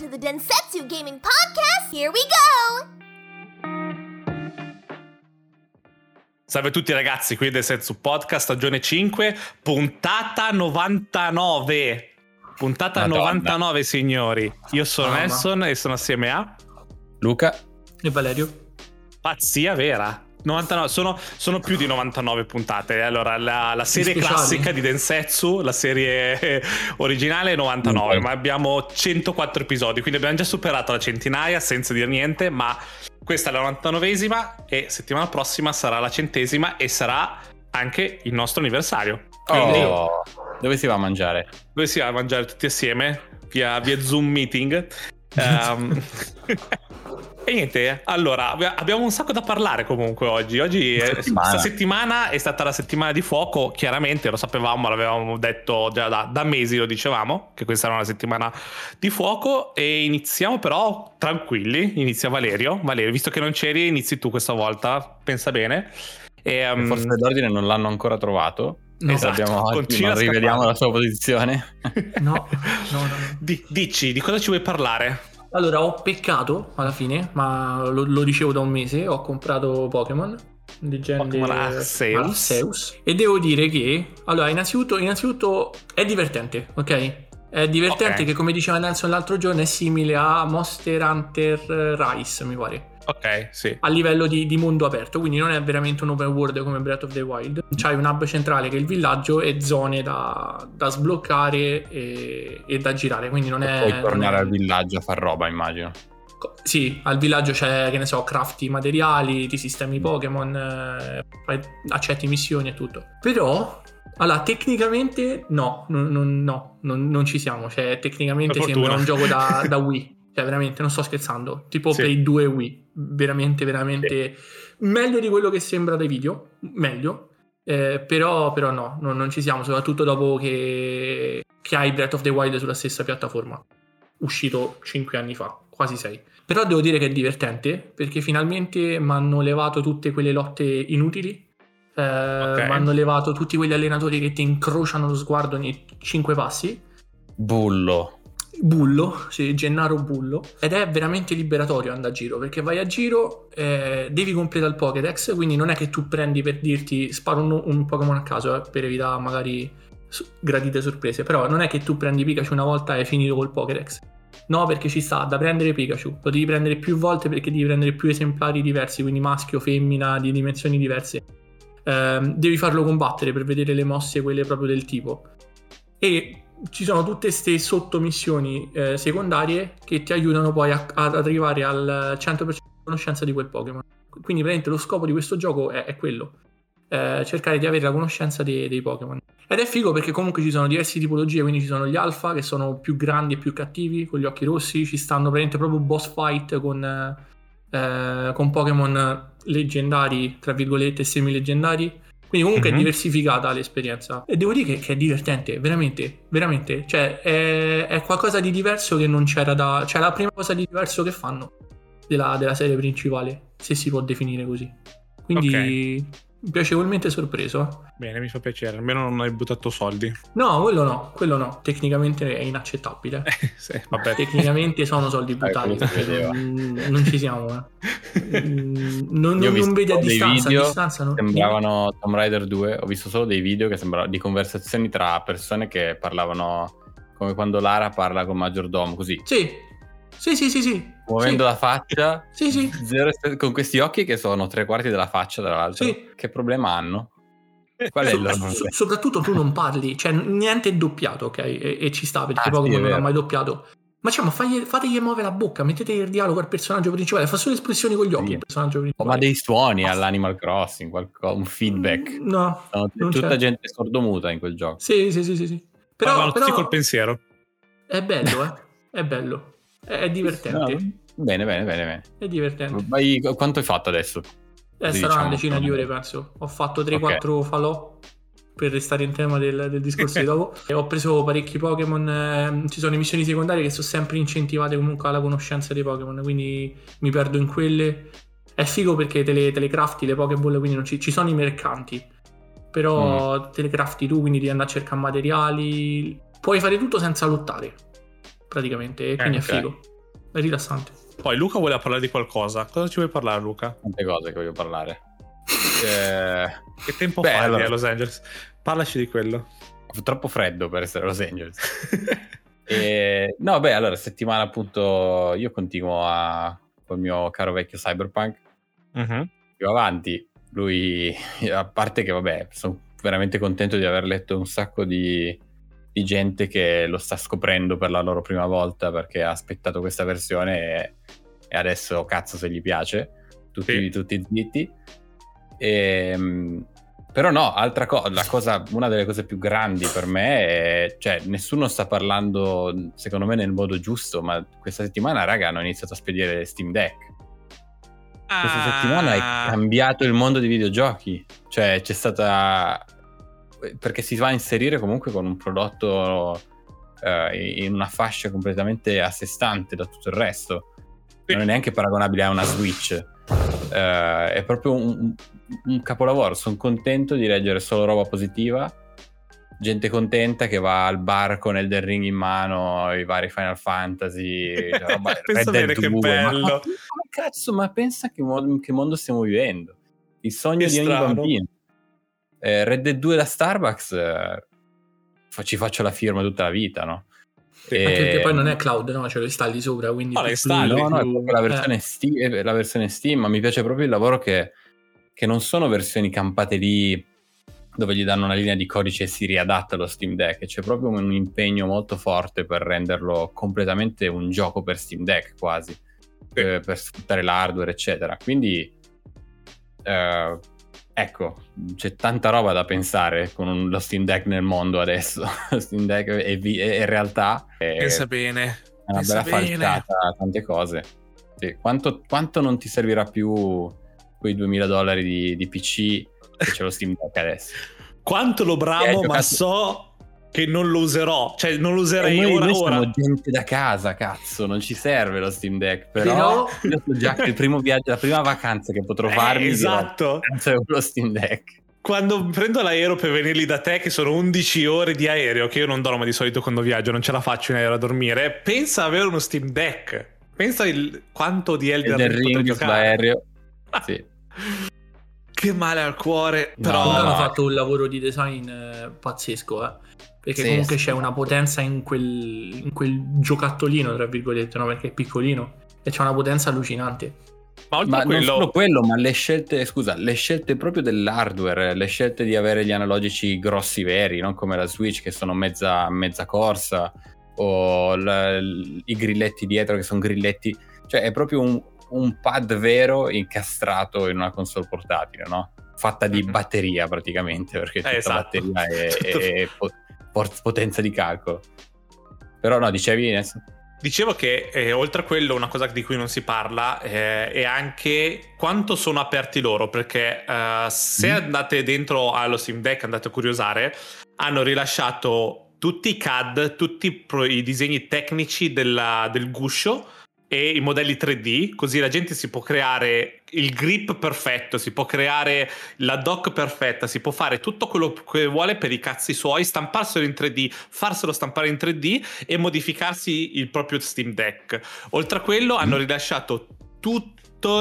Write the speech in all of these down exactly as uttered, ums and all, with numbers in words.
the Densetsu Gaming Podcast. Here we go! Salve a tutti ragazzi, qui Densetsu Podcast, stagione cinque, puntata novantanove. Puntata Madonna. novantanove, signori. Io sono ah, Nelson ma... e sono assieme a Luca e Valerio. Pazzia vera. novantanove, sono, sono più di novantanove puntate. Allora, la, la serie Speciali. classica di Densetsu, la serie originale è novantanove, mm-hmm. ma abbiamo centoquattro episodi, quindi abbiamo già superato la centinaia senza dire niente, ma questa è la novantanovesima e settimana prossima sarà la centesima e sarà anche il nostro anniversario. Quindi, oh, dove si va a mangiare? Dove si va a mangiare tutti assieme via, via Zoom meeting. um, E niente, allora abbiamo un sacco da parlare comunque oggi. Oggi è, settimana. Questa settimana è stata la settimana di fuoco, chiaramente lo sapevamo, l'avevamo detto già da, da mesi, lo dicevamo, che questa era una settimana di fuoco. E iniziamo però tranquilli, inizia Valerio. Valerio, visto che non c'eri, inizi tu questa volta, pensa bene. E, um... Le forze dell'ordine non l'hanno ancora trovato. No, esatto. Abbiamo oggi, non rivediamo la sua posizione. No, no, no. D- dici, di cosa ci vuoi parlare? Allora, ho peccato alla fine, ma lo, lo dicevo da un mese, ho comprato Pokémon Leggende Pokémon Arceus. Arceus e devo dire che, allora, innanzitutto, innanzitutto è divertente, ok? È divertente okay. Che, come diceva Nelson l'altro giorno, è simile a Monster Hunter Rise, mi pare. Ok, sì. A livello di, di mondo aperto, quindi non è veramente un open world come Breath of the Wild. C'hai un hub centrale che è il villaggio e zone da, da sbloccare e, e da girare, quindi non è... Puoi tornare è... al villaggio a far roba, immagino. Sì, al villaggio c'è, che ne so, crafti materiali, ti sistemi Pokémon, eh, accetti missioni e tutto. Però... Allora, tecnicamente no, non, non, no, non, non ci siamo. Cioè, tecnicamente sembra un gioco da, da Wii. Cioè, veramente, non sto scherzando. Tipo sì. Play due Wii. Veramente, veramente sì. Meglio di quello che sembra dai video. Meglio. Eh, però, però no, non, non ci siamo. Soprattutto dopo che, che hai Breath of the Wild sulla stessa piattaforma. Uscito cinque anni fa, quasi sei. Però devo dire che è divertente, perché finalmente mi hanno levato tutte quelle lotte inutili. Eh, okay. Mi hanno levato tutti quegli allenatori che ti incrociano lo sguardo ogni cinque passi. Bullo Bullo, sì, Gennaro Bullo. Ed è veramente liberatorio andare a giro, perché vai a giro, eh, devi completare il Pokédex, quindi non è che tu prendi per dirti sparo un, un Pokémon a caso, eh, per evitare magari su- gradite sorprese, però non è che tu prendi Pikachu una volta e hai finito col Pokédex. No, perché ci sta da prendere Pikachu, lo devi prendere più volte perché devi prendere più esemplari diversi, quindi maschio, femmina, di dimensioni diverse. Uh, devi farlo combattere per vedere le mosse, quelle proprio del tipo, e ci sono tutte queste sottomissioni eh, secondarie che ti aiutano poi a, ad arrivare al cento per cento di conoscenza di quel Pokémon. Quindi praticamente lo scopo di questo gioco è, è quello, eh, cercare di avere la conoscenza dei, dei Pokémon. Ed è figo perché comunque ci sono diverse tipologie, quindi ci sono gli alfa che sono più grandi e più cattivi con gli occhi rossi, ci stanno praticamente proprio boss fight con eh, con Pokémon leggendari, tra virgolette, semi-leggendari. Quindi comunque mm-hmm. è diversificata l'esperienza. E devo dire che, che è divertente, veramente, veramente. Cioè, è, è qualcosa di diverso che non c'era da... Cioè, la prima cosa di diverso che fanno della, della serie principale, se si può definire così. Quindi... Okay. Piacevolmente sorpreso. Bene, mi fa piacere, almeno non hai buttato soldi. No, quello no, quello no, tecnicamente è inaccettabile. Eh, sì, vabbè. Tecnicamente sono soldi buttati, non, non ci siamo. Eh. Non, non, non vedi a distanza, video, a distanza non... sembravano Tomb Raider due, ho visto solo dei video che sembravano di conversazioni tra persone che parlavano come quando Lara parla con Maggiordomo, così. Sì. Sì, sì, sì, sì. Muovendo sì. la faccia, sì, sì. Zero, con questi occhi che sono tre quarti della faccia, tra l'altro. Sì. Che problema hanno? Qual è so, il loro so, soprattutto tu non parli, cioè niente è doppiato, ok? E, e ci sta perché ah, Pokémon sì, non ha mai doppiato. Ma diciamo, fagli, fategli muovere la bocca, mettete il dialogo al personaggio principale, fa solo espressioni con gli occhi. Sì. Il personaggio principale. Oh, ma dei suoni all'Animal Crossing, qualcosa, un feedback. No, sono non tutta c'è. gente sordomuta in quel gioco. Sì, sì, sì, sì. sì. Però, Parlano però tutti col pensiero. È bello, eh? È bello. È divertente. No, bene, bene, bene, bene. È divertente. Ma quanto hai fatto adesso? Eh, sarà diciamo, una decina di ore, penso. Ho fatto tre quattro okay. falò per restare in tema del, del discorso di dopo. E ho preso parecchi Pokémon. Eh, ci sono le missioni secondarie che sono sempre incentivate comunque alla conoscenza dei Pokémon, quindi mi perdo in quelle. È figo perché te le, te le crafti, le Pokéball, quindi non ci, ci sono i mercanti. Però mm. te le crafti tu, quindi devi andare a cercare materiali. Puoi fare tutto senza lottare, praticamente, e quindi eh, okay. è figo. è rilassante. Poi Luca voleva parlare di qualcosa. Cosa ci vuoi parlare, Luca? Tante cose che voglio parlare. eh... Che tempo Beh, fa allora... a Los Angeles? Parlaci di quello. Troppo freddo per essere a Los Angeles. e... No, beh, allora, settimana appunto io continuo a... col mio caro vecchio Cyberpunk. Uh-huh. Più avanti, lui, a parte che vabbè, sono veramente contento di aver letto un sacco di, di gente che lo sta scoprendo per la loro prima volta perché ha aspettato questa versione e, e adesso cazzo se gli piace, tutti, sì. tutti zitti. E, però no, altra cosa, la cosa, una delle cose più grandi per me è, cioè nessuno sta parlando secondo me nel modo giusto, ma questa settimana raga hanno iniziato a spedire Steam Deck. Questa ah. settimana è cambiato il mondo dei videogiochi, cioè c'è stata, perché si va a inserire comunque con un prodotto eh, in una fascia completamente a sé stante da tutto il resto, sì. Non è neanche paragonabile a una Switch, eh, è proprio un, un capolavoro. Sono contento di leggere solo roba positiva, gente contenta che va al bar con Elden Ring in mano, i vari Final Fantasy, roba, pensa bene che bello. Ma, ma cazzo, ma pensa che, mo- che mondo stiamo vivendo, il sogno che di strano. ogni bambino. eh, Red Dead due da Starbucks, eh, ci faccio la firma tutta la vita, no? E... anche perché poi non è cloud, no? Ce lo installi sopra, quindi no, installi, no, no, è più... proprio la versione, eh. Steam, la versione Steam, ma mi piace proprio il lavoro che, che non sono versioni campate lì dove gli danno una linea di codice e si riadatta allo Steam Deck. C'è proprio un impegno molto forte per renderlo completamente un gioco per Steam Deck quasi, sì. eh, per sfruttare l'hardware eccetera, quindi eh, ecco, c'è tanta roba da pensare con un, lo Steam Deck nel mondo adesso. Lo Steam Deck è, vi- è, è realtà, è, pensa bene, è una pensa bella bene. falsata, tante cose, sì. quanto, quanto non ti servirà più quei duemila dollari di, di P C che c'è lo Steam Deck adesso. Quanto lo bramo, eh, ma so che non lo userò, cioè non lo userei noi, ora noi ora. siamo gente da casa, cazzo, non ci serve lo Steam Deck, però, però... io so già che il primo viaggio, la prima vacanza che potrò farmi, eh, esatto, dirò, lo Steam Deck. Quando prendo l'aereo per venirli da te, che sono undici ore di aereo, che io non dormo di solito quando viaggio, non ce la faccio in aereo a dormire, pensa avere uno Steam Deck, pensa il quanto di Elden Ring Ring giocare. aereo. Sì. Che male al cuore, No, però no, hanno no. fatto un lavoro di design eh, pazzesco, eh. Perché Sì, comunque sì. c'è una potenza in quel, in quel giocattolino, tra virgolette, no? Perché è piccolino e c'è una potenza allucinante. ma oltre Ma a quello, non solo quello, ma le scelte, scusa, le scelte proprio dell'hardware, le scelte di avere gli analogici grossi veri, non come la Switch che sono mezza, mezza corsa, o la, i grilletti dietro che sono grilletti, cioè è proprio un, un pad vero incastrato in una console portatile, no? Fatta di Mhm. batteria praticamente, perché tutta Eh, esatto. batteria è, è, è po- por- potenza di calcolo. Però no, dicevi Ines? dicevo che eh, oltre a quello una cosa di cui non si parla eh, è anche quanto sono aperti loro, perché eh, se Mm. andate dentro allo Steam Deck, andate a curiosare, hanno rilasciato tutti i C A D, tutti i, pro- i disegni tecnici della- del guscio e i modelli tre D, così la gente si può creare il grip perfetto, si può creare la dock perfetta, si può fare tutto quello che vuole per i cazzi suoi, stamparselo in tre D, farselo stampare in tre D e modificarsi il proprio Steam Deck. Oltre a quello hanno rilasciato tutto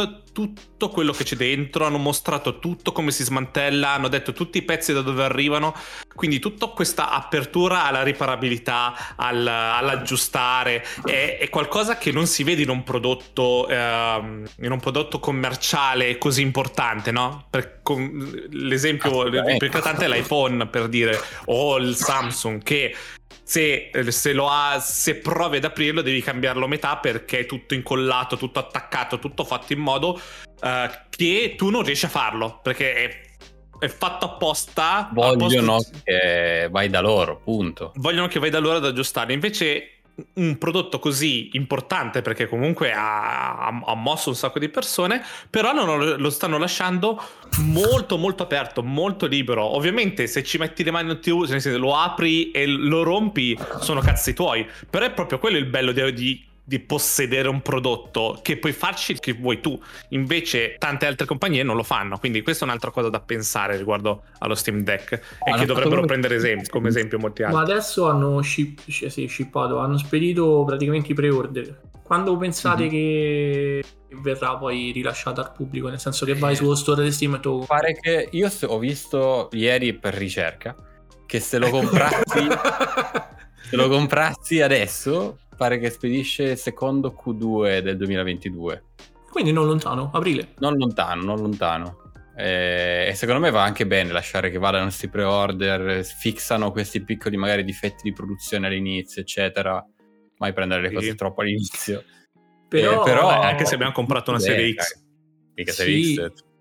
tutto quello che c'è dentro, hanno mostrato tutto come si smantella, hanno detto tutti i pezzi da dove arrivano, quindi tutta questa apertura alla riparabilità, al, all'aggiustare è, è qualcosa che non si vede in un prodotto ehm, in un prodotto commerciale così importante, no? Per, con, l'esempio il più eclatante è l'iPhone, per dire, o il Samsung, che se, se lo ha, se provi ad aprirlo devi cambiarlo a metà perché è tutto incollato, tutto attaccato, tutto fatto in modo uh, che tu non riesci a farlo, perché è, è fatto apposta. Vogliono apposta, che vai da loro, punto. Vogliono che vai da loro ad aggiustare. Invece un prodotto così importante, perché comunque ha, ha, ha mosso un sacco di persone, però non lo stanno lasciando molto molto aperto, molto libero. Ovviamente se ci metti le mani nel tivù, nel senso, lo apri e lo rompi, sono cazzi tuoi, però è proprio quello il bello di, di di possedere un prodotto che puoi farci il che vuoi tu, invece tante altre compagnie non lo fanno, quindi questa è un'altra cosa da pensare riguardo allo Steam Deck e Ah, che no, dovrebbero come- prendere esempio, come esempio molti altri. Ma adesso hanno ship, sì, shippato, hanno spedito praticamente i pre-order. Quando pensate Mhm. che verrà poi rilasciato al pubblico? Nel senso che vai sullo store di Steam e tu... Pare che io se- ho visto ieri per ricerca che se lo comprassi se lo comprassi adesso pare che spedisce il secondo Q due del duemilaventidue, Quindi non lontano, aprile. non lontano, non lontano. Eh, e secondo me va anche bene lasciare che vadano questi pre-order, fissano questi piccoli magari difetti di produzione all'inizio, eccetera, mai prendere le Sì. cose troppo all'inizio. Però, Eh, però- Eh, anche se abbiamo comprato una serie Beh, X. Mica Sì. serie X.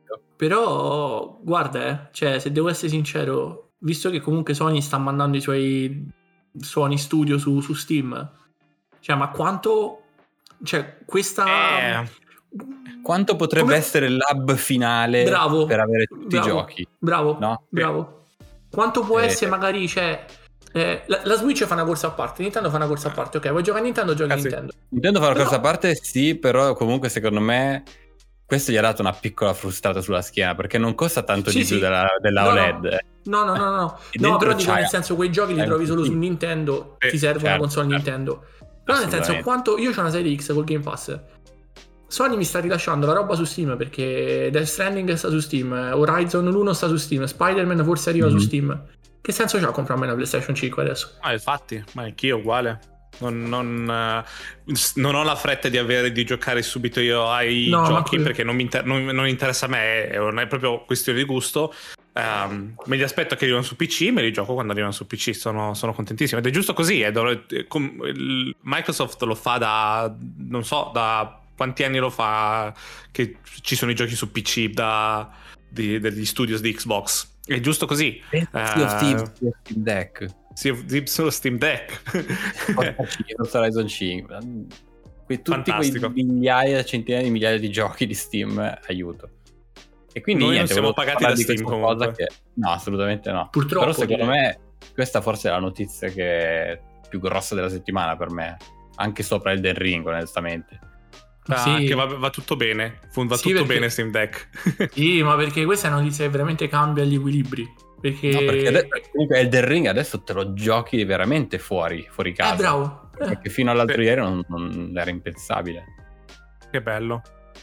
però guarda, eh, cioè, se devo essere sincero, visto che comunque Sony sta mandando i suoi Sony Studio su, su Steam, cioè, ma quanto... Cioè, questa... Eh, Quanto potrebbe Come- essere l'hub finale Bravo, per avere tutti bravo, i giochi? Bravo, No? bravo. Quanto può Eh. essere magari, cioè... eh, la, la Switch fa una corsa a parte, Nintendo fa una corsa a parte, ok, vuoi giocare a Nintendo, giochi a Cazzo. Nintendo. Nintendo fa una Però- cosa a parte, sì, però comunque secondo me questo gli ha dato una piccola frustata sulla schiena, perché non costa tanto Sì, di più sì. della, della No, O no. L E D. No, no, no, no, E no, dentro però dico c'hai- nel senso quei giochi li c'hai trovi un solo P C. su Nintendo, Eh, ti serve una certo, console certo. Nintendo. Però nel senso Assolutamente. quanto io ho una serie X col Game Pass. Sony mi sta rilasciando la roba su Steam perché Death Stranding sta su Steam, Horizon l'uno sta su Steam, Spider-Man forse arriva Mhm. su Steam. Che senso c'ha comprarmi una PlayStation cinque adesso? ma infatti, ma anch'io uguale. Non, non, eh, non ho la fretta di avere di giocare subito io ai No, manco giochi io. perché non mi inter- non, non interessa a me, è, non è proprio questione di gusto. Ehm, me li aspetto che arrivano su P C, me li gioco quando arrivano su P C, sono, sono contentissimo ed è giusto così. È dov- è com- il- Microsoft lo fa da non so da quanti anni lo fa che ci sono i giochi su P C da, di- degli studios di Xbox. È giusto così. Sea of Thieves, Sea of Steam Deck. Sea of Thieves sullo Steam Deck. Forza Horizon cinque. Que- tutti Fantastico. quei migliaia, centinaia di migliaia di giochi di Steam, aiuto. E quindi Noi non niente, siamo volevo pagati parlare da di Steam, questa cosa comunque. che... No, assolutamente no. Purtroppo, Però secondo direi. me questa forse è la notizia che è più grossa della settimana per me, anche sopra Elden Ring, onestamente. Ah, Sì. che va, va tutto bene, Fu- va Sì, tutto perché- bene Steam Deck. Sì, ma perché questa è una notizia che veramente cambia gli equilibri. Perché... No, perché ade- comunque Elden Ring adesso te lo giochi veramente fuori, fuori casa. Eh, bravo. Eh. Perché fino all'altro Sì. ieri non, non era impensabile. Che bello.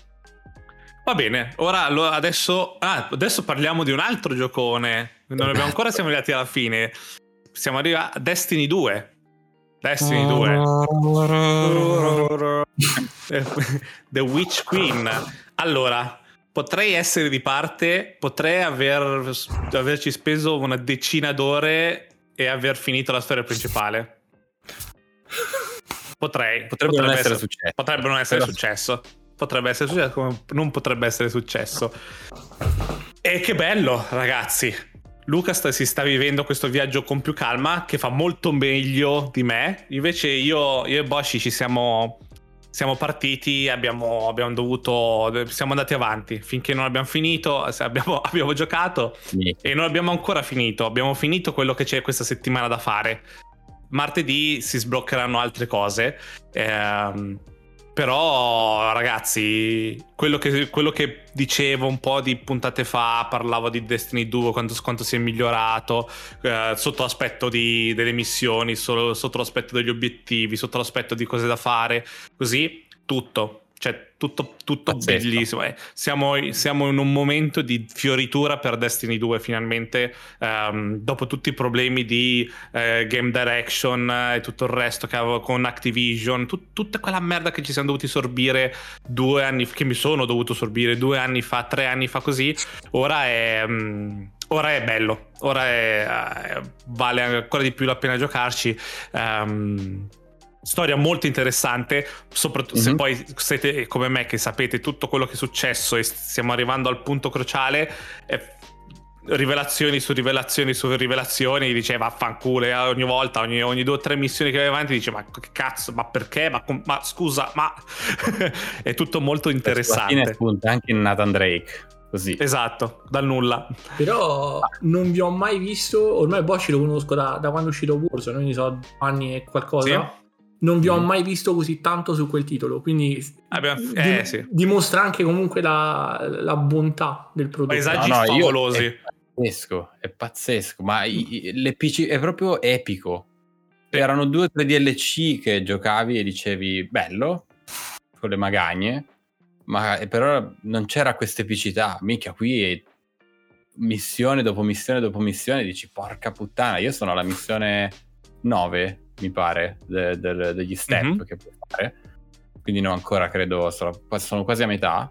Va bene, ora allora, adesso, ah, adesso parliamo di un altro giocone. Non abbiamo ancora siamo arrivati alla fine. Siamo arrivati a Destiny due. Destiny due. The Witch Queen. Allora, potrei essere di parte, potrei aver, averci speso una decina d'ore e aver finito la storia principale. Potrei. Potrebbe non essere successo. Potrebbe non essere Però- successo. Potrebbe essere successo, come non potrebbe essere successo. E che bello, ragazzi. Lucas si sta vivendo questo viaggio con più calma, che fa molto meglio di me. Invece io, io e Boshi ci siamo, siamo partiti, abbiamo, abbiamo dovuto, siamo andati avanti finché non abbiamo finito, abbiamo, abbiamo giocato Sì. e non abbiamo ancora finito. Abbiamo finito quello che c'è questa settimana da fare. Martedì si sbloccheranno altre cose. Ehm, però ragazzi, quello che, quello che dicevo un po' di puntate fa, parlavo di Destiny due, quanto, quanto si è migliorato eh, sotto l'aspetto di, delle missioni, solo, sotto l'aspetto degli obiettivi, sotto l'aspetto di cose da fare, così tutto. Cioè tutto, tutto Pazzesco. bellissimo. Eh, siamo, siamo in un momento di fioritura per Destiny due finalmente, ehm, dopo tutti i problemi di eh, game direction e tutto il resto che avevo con Activision, tut- tutta quella merda che ci siamo dovuti sorbire due anni, che mi sono dovuto sorbire due anni fa, tre anni fa così, ora è... mm, ora è bello, ora è, eh, vale ancora di più la pena giocarci. Ehm, storia molto interessante, soprattutto se Mhm. poi siete come me che sapete tutto quello che è successo e stiamo arrivando al punto cruciale. eh, rivelazioni su rivelazioni su rivelazioni, dice vaffanculo, e ogni volta, ogni, ogni due o tre missioni che vai avanti dice ma che cazzo, ma perché, ma, com- ma scusa, ma è tutto molto Alla fine interessante. spunta anche in Nathan Drake, così. Esatto, dal nulla. Però non vi ho mai visto, ormai Bosch lo conosco da, da quando è uscito Warzone, quindi so anni e qualcosa. Sì. non vi ho mai visto così tanto su quel titolo, quindi Abbiamo, eh, di, sì. dimostra anche comunque la, la bontà del prodotto. Paesaggi No, no, io- favolosi. È pazzesco, è pazzesco, ma i- i- le P C è proprio epico. Sì. Erano due o tre D L C che giocavi e dicevi bello, con le magagne, ma eh, però non c'era questa epicità. Minchia, qui è missione dopo missione dopo missione, dici porca puttana, io sono alla missione nove, mi pare, de- de- degli step Mhm. che puoi fare, quindi no, ancora credo, sono, sono quasi a metà.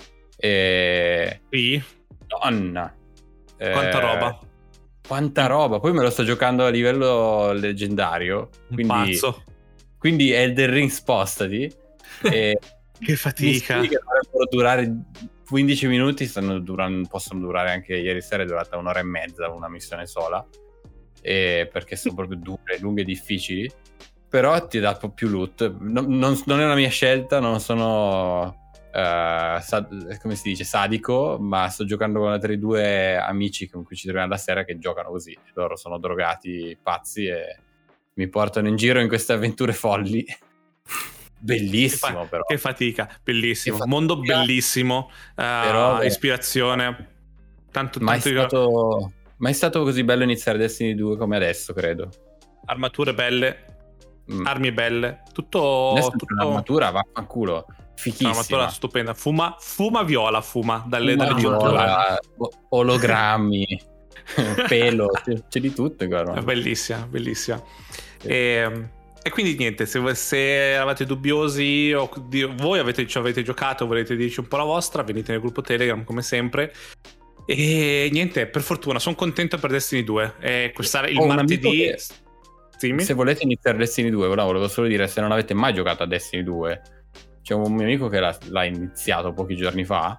E... Sì, Donna! quanta Eh, roba. Quanta roba! Poi me lo sto giocando a livello leggendario, Un quindi, pazzo. quindi Elden Ring spostati. E Che fatica. missioni che dovrebbero durare quindici minuti stanno durando, possono durare anche ieri sera è durata un'ora e mezza una missione sola, e perché sono proprio dure, lunghe e difficili, però ti dà un po' più loot. Non, non, non è una mia scelta, non sono eh, sad- come si dice, sadico, ma sto giocando con altri due amici con cui ci troviamo la sera che giocano così. Loro sono drogati pazzi e mi portano in giro in queste avventure folli. Bellissimo, Che fa- però. Che fatica, bellissimo. Che fatica. Mondo bellissimo, eh, Però- ispirazione. Tanto, Mai tanto stato, mai stato così bello iniziare Destiny due come adesso, credo. armature belle, Mm. armi belle, tutto, Adesso tutto l'armatura vaffanculo, fichissima. un'armatura stupenda. Fuma, fuma viola, fuma dalle, Una dalle viola. giunture. viola, o- ologrammi, pelo, c'è, c'è di tutto, guarda. È bellissima, bellissima. E, e quindi niente, se, se eravate dubbiosi o di- voi avete, ci avete giocato, volete dirci un po' la vostra, venite nel gruppo Telegram come sempre. E niente, per fortuna, sono contento per Destiny due. E questa, il Ho un martedì... amico che- Dimmi. Se volete iniziare Destiny due, volevo, volevo solo dire, se non avete mai giocato a Destiny due, c'è un mio amico che l'ha, l'ha iniziato pochi giorni fa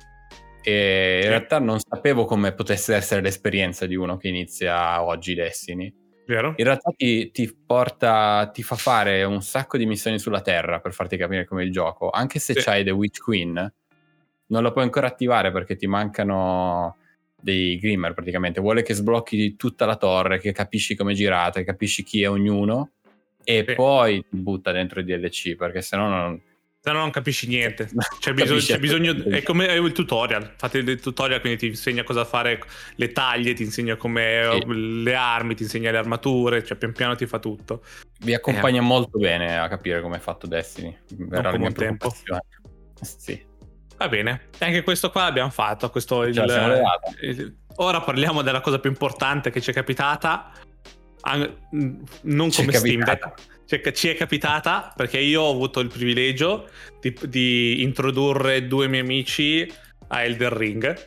e in Sì. realtà non sapevo come potesse essere l'esperienza di uno che inizia oggi Destiny. Vero? In realtà ti, ti porta, ti fa fare un sacco di missioni sulla Terra per farti capire come il gioco, anche se Sì. c'hai The Witch Queen, non la puoi ancora attivare perché ti mancano dei Glimmer praticamente. Vuole che sblocchi tutta la torre, che capisci come è girata, che capisci chi è ognuno e Sì. poi ti butta dentro i D L C, perché sennò non... Se no non capisci niente. C'è Non bisogno, capisci c'è bisogno assolutamente è come è il tutorial. Fate il tutorial, quindi ti insegna cosa fare, le taglie, ti insegna come Sì. le armi, ti insegna le armature, cioè pian piano ti fa tutto. Vi accompagna molto bene a capire come è fatto Destiny. Era la come mia un tempo. preoccupazione. Sì. Va bene, anche questo qua l'abbiamo fatto. Questo il, Ce la siamo levata. il- ora parliamo della cosa più importante che ci è capitata. An- non Ci è come Steam capitata. Deck. Cioè, ci è capitata perché io ho avuto il privilegio di, di introdurre due miei amici a Elden Ring,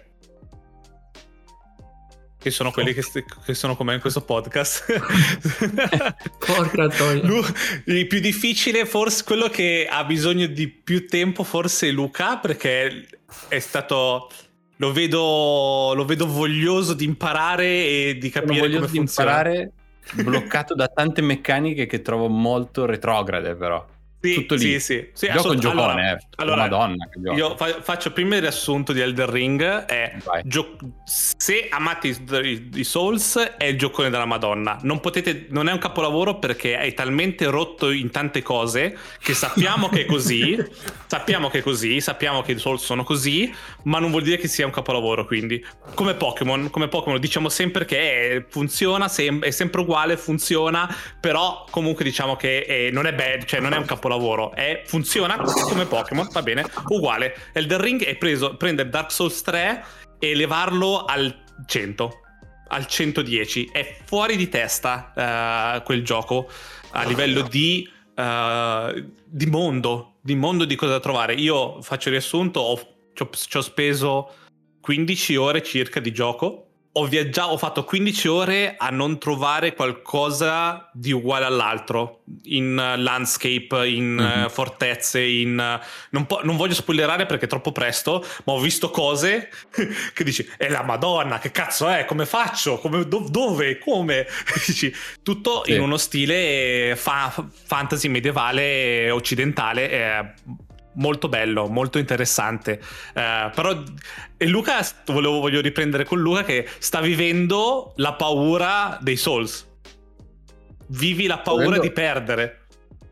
che sono quelli che, st- che sono con me in questo podcast. Porca troia. Lu- il più difficile, forse quello che ha bisogno di più tempo, forse è Luca, perché è stato lo vedo lo vedo voglioso di imparare e di Sono capire voglioso come di funziona. imparare, bloccato da tante meccaniche che trovo molto retrograde, però. Sì, Tutto lì. sì, sì, sì, Gioco il assolut- giocone, allora, eh. allora, Madonna che gioco. io fa- faccio prima il riassunto di Elden Ring. È Vai. gio- se amate i, i Souls, è il giocone della Madonna. Non potete, non è un capolavoro perché è talmente rotto in tante cose che sappiamo che è così. sappiamo che è così, sappiamo che i Souls sono così, ma non vuol dire che sia un capolavoro. Quindi, come Pokémon, come Pokémon diciamo sempre che è, funziona, sem- è sempre uguale, funziona, però comunque diciamo che è- non è bad, cioè non è un capolavoro. È, funziona come Pokémon, va bene, uguale. Elden Ring è preso prendere Dark Souls tre e elevarlo al cento, al centodieci. È fuori di testa eh, quel gioco a livello di, eh, di mondo, di mondo di cosa da trovare. Io faccio il riassunto, ho, ci ho, ci ho speso quindici ore circa di gioco. Ho viaggiato, ho fatto quindici ore a non trovare qualcosa di uguale all'altro in uh, landscape, in Mhm. uh, fortezze, in uh, non, po- non voglio spoilerare perché è troppo presto, ma ho visto cose che dici è la Madonna, che cazzo è, come faccio, come, do- dove, come dici, tutto Sì. in uno stile fa- fantasy medievale occidentale, eh, molto bello, molto interessante. Eh, però e Luca, volevo, voglio riprendere con Luca che sta vivendo la paura dei Souls. Vivi la paura Vivendo- di perdere.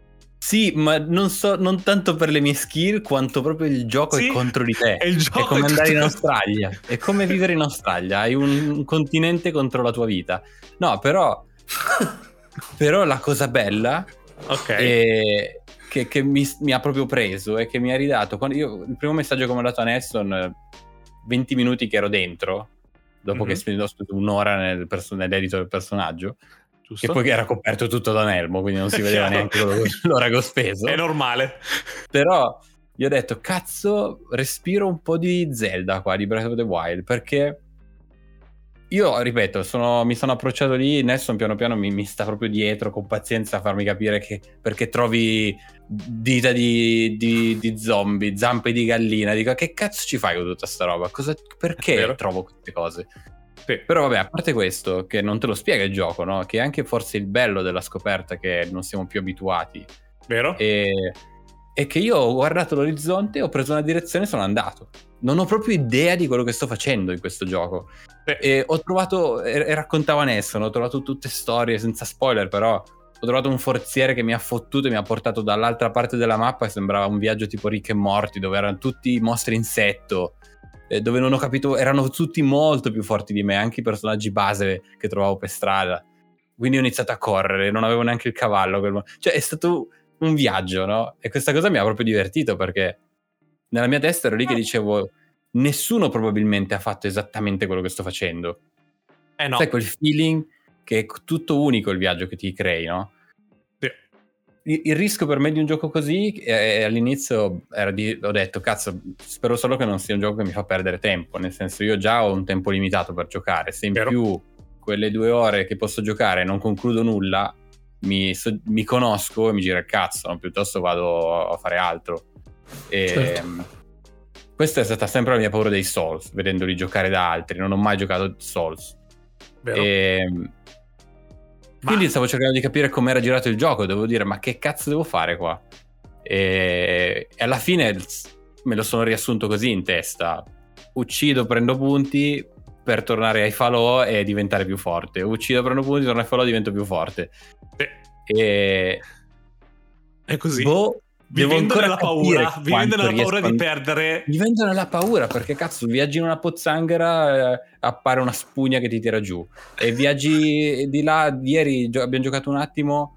Sì, ma non so, non tanto per le mie skill quanto proprio il gioco sì, è contro di te. È, il gioco è come è andare in tutto... Australia, è come vivere in Australia, hai un, un continente contro la tua vita. No, però però la cosa bella okay. è che, che mi, mi ha proprio preso e che mi ha ridato quando io il primo messaggio che ho mandato a Neston, venti minuti che ero dentro, dopo mm-hmm. che ho speso un'ora nel perso- nell'edito del personaggio. Giusto. Che poi era coperto tutto da un elmo, quindi non si vedeva neanche l'ora che ho speso. È normale. Però gli ho detto, cazzo, respiro un po' di Zelda qua, di Breath of the Wild, perché io, ripeto, sono, mi sono approcciato lì, Nessun piano piano mi, mi sta proprio dietro con pazienza a farmi capire che perché trovi dita di, di, di zombie, zampe di gallina, dico, che cazzo ci fai con tutta sta roba? Cosa, perché trovo queste cose? Sì. Però vabbè, a parte questo, che non te lo spiega il gioco, no? Che è anche forse il bello della scoperta che non siamo più abituati. Vero? E, e che io ho guardato l'orizzonte, ho preso una direzione e sono andato. Non ho proprio idea di quello che sto facendo in questo gioco. Sì. E ho trovato, e, e raccontava Nessun, ho trovato tutte storie, senza spoiler però, ho trovato un forziere che mi ha fottuto e mi ha portato dall'altra parte della mappa e sembrava un viaggio tipo Rick e Morty, dove erano tutti mostri insetto, dove non ho capito, erano tutti molto più forti di me, anche i personaggi base che trovavo per strada. Quindi ho iniziato a correre, non avevo neanche il cavallo, cioè è stato un viaggio, no? E questa cosa mi ha proprio divertito, perché nella mia testa ero lì che dicevo, nessuno probabilmente ha fatto esattamente quello che sto facendo. Eh no. Sai quel feeling che è tutto unico il viaggio che ti crei, no? Il rischio per me di un gioco così eh, all'inizio era di, ho detto cazzo, spero solo che non sia un gioco che mi fa perdere tempo, nel senso io già ho un tempo limitato per giocare, se in Vero. più quelle due ore che posso giocare non concludo nulla, mi, so, mi conosco e mi gira il cazzo, no? Piuttosto vado a fare altro. E certo. Questa è stata sempre la mia paura dei Souls, vedendoli giocare da altri, non ho mai giocato Souls. Vero. E quindi ma... stavo cercando di capire com'era girato il gioco, devo dire, ma che cazzo devo fare qua? E, e alla fine me lo sono riassunto così in testa: uccido, prendo punti per tornare ai falò e diventare più forte, uccido, prendo punti, torno ai falò, divento più forte. Sì. E è così. Boh, vivendo nella paura, vivendo nella paura di perdere. Vivendo nella paura, perché cazzo, viaggi in una pozzanghera, eh, appare una spugna che ti tira giù, e viaggi di là. Ieri gio- abbiamo giocato un attimo,